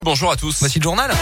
Bonjour à tous. Voici le journal.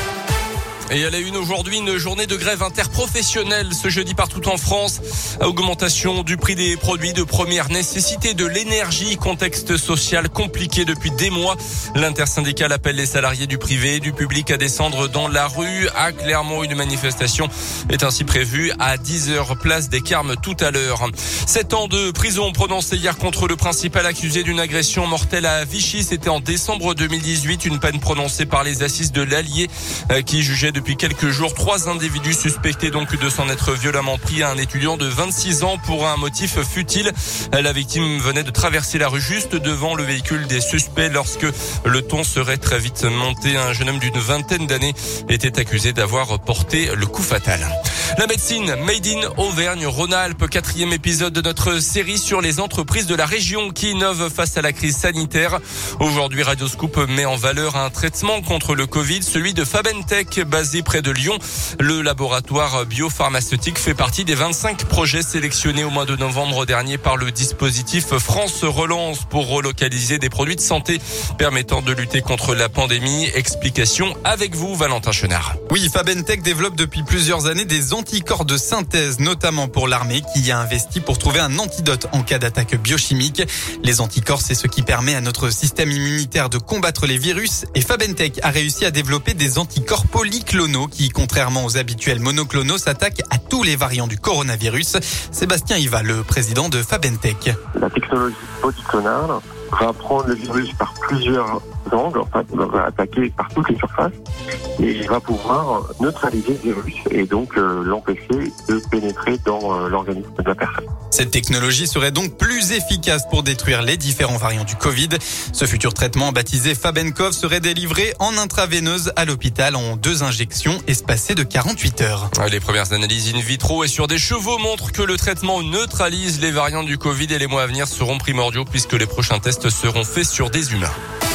Et à la une aujourd'hui, une journée de grève interprofessionnelle ce jeudi partout en France. Augmentation du prix des produits de première nécessité, de l'énergie, contexte social compliqué depuis des mois. L'intersyndicale appelle les salariés du privé et du public à descendre dans la rue. À Clermont, une manifestation est ainsi prévue à 10h place des Carmes tout à l'heure. 7 ans de prison prononcés hier contre le principal accusé d'une agression mortelle à Vichy. C'était en décembre 2018, une peine prononcée par les assises de l'Allier qui jugeait depuis quelques jours 3 individus suspectés donc de s'en être violemment pris à un étudiant de 26 ans pour un motif futile. La victime venait de traverser la rue juste devant le véhicule des suspects lorsque le ton serait très vite monté. Un jeune homme d'une vingtaine d'années était accusé d'avoir porté le coup fatal. La médecine made in Auvergne-Rhône-Alpes, 4e épisode de notre série sur les entreprises de la région qui innovent face à la crise sanitaire. Aujourd'hui, Radio Scoop met en valeur un traitement contre le Covid, celui de Fabentech, basé près de Lyon. Le laboratoire biopharmaceutique fait partie des 25 projets sélectionnés au mois de novembre dernier par le dispositif France Relance pour relocaliser des produits de santé permettant de lutter contre la pandémie. Explication avec vous, Valentin Chenard. Oui, Fabentech développe depuis plusieurs années des anticorps de synthèse, notamment pour l'armée qui y a investi pour trouver un antidote en cas d'attaque biochimique. Les anticorps, c'est ce qui permet à notre système immunitaire de combattre les virus. Et Fabentech a réussi à développer des anticorps polyclonaux qui, contrairement aux habituels monoclonaux, s'attaquent à tous les variants du coronavirus. Sébastien Hiva, le président de Fabentech. La technologie polyclonale va prendre le virus par plusieurs angles, enfin, va attaquer par toutes les surfaces et va pouvoir neutraliser le virus et donc l'empêcher de pénétrer dans l'organisme de la personne. Cette technologie serait donc plus efficace pour détruire les différents variants du Covid. Ce futur traitement baptisé Fabenkov serait délivré en intraveineuse à l'hôpital en 2 injections espacées de 48 heures. Les premières analyses in vitro et sur des chevaux montrent que le traitement neutralise les variants du Covid et les mois à venir seront primordiaux puisque les prochains tests seront faits sur des humains.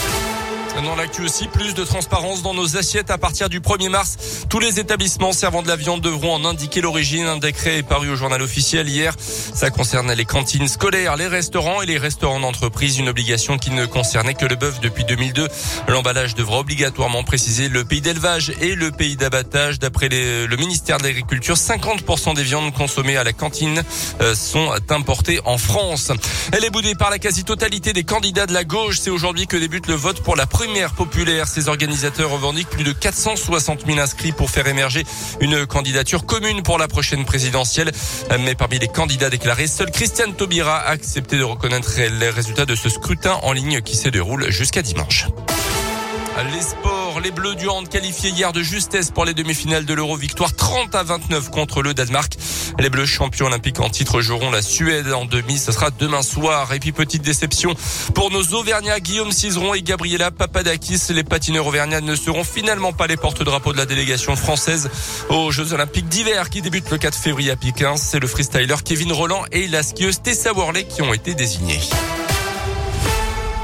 Dans l'actu aussi, plus de transparence dans nos assiettes à partir du 1er mars. Tous les établissements servant de la viande devront en indiquer l'origine. Un décret est paru au journal officiel hier. Ça concerne les cantines scolaires, les restaurants et les restaurants d'entreprise. Une obligation qui ne concernait que le bœuf depuis 2002. L'emballage devra obligatoirement préciser le pays d'élevage et le pays d'abattage. D'après le ministère de l'Agriculture, 50% des viandes consommées à la cantine sont importées en France. Elle est boudée par la quasi-totalité des candidats de la gauche. C'est aujourd'hui que débute le vote pour la primaire populaire. Ces organisateurs revendiquent plus de 460 000 inscrits pour faire émerger une candidature commune pour la prochaine présidentielle. Mais parmi les candidats déclarés, seul Christiane Taubira a accepté de reconnaître les résultats de ce scrutin en ligne qui se déroule jusqu'à dimanche. Les sports, les Bleus du hand qualifiés hier de justesse pour les demi-finales de l'Euro. Victoire 30-29 contre le Danemark. Les Bleus champions olympiques en titre joueront la Suède en demi. Ce sera demain soir. Et puis petite déception pour nos Auvergnats, Guillaume Cizeron et Gabriela Papadakis. Les patineurs auvergnats ne seront finalement pas les porte-drapeaux de la délégation française aux Jeux olympiques d'hiver qui débutent le 4 février à Pékin. C'est le freestyler Kevin Rolland et la skieuse Tessa Worley qui ont été désignés.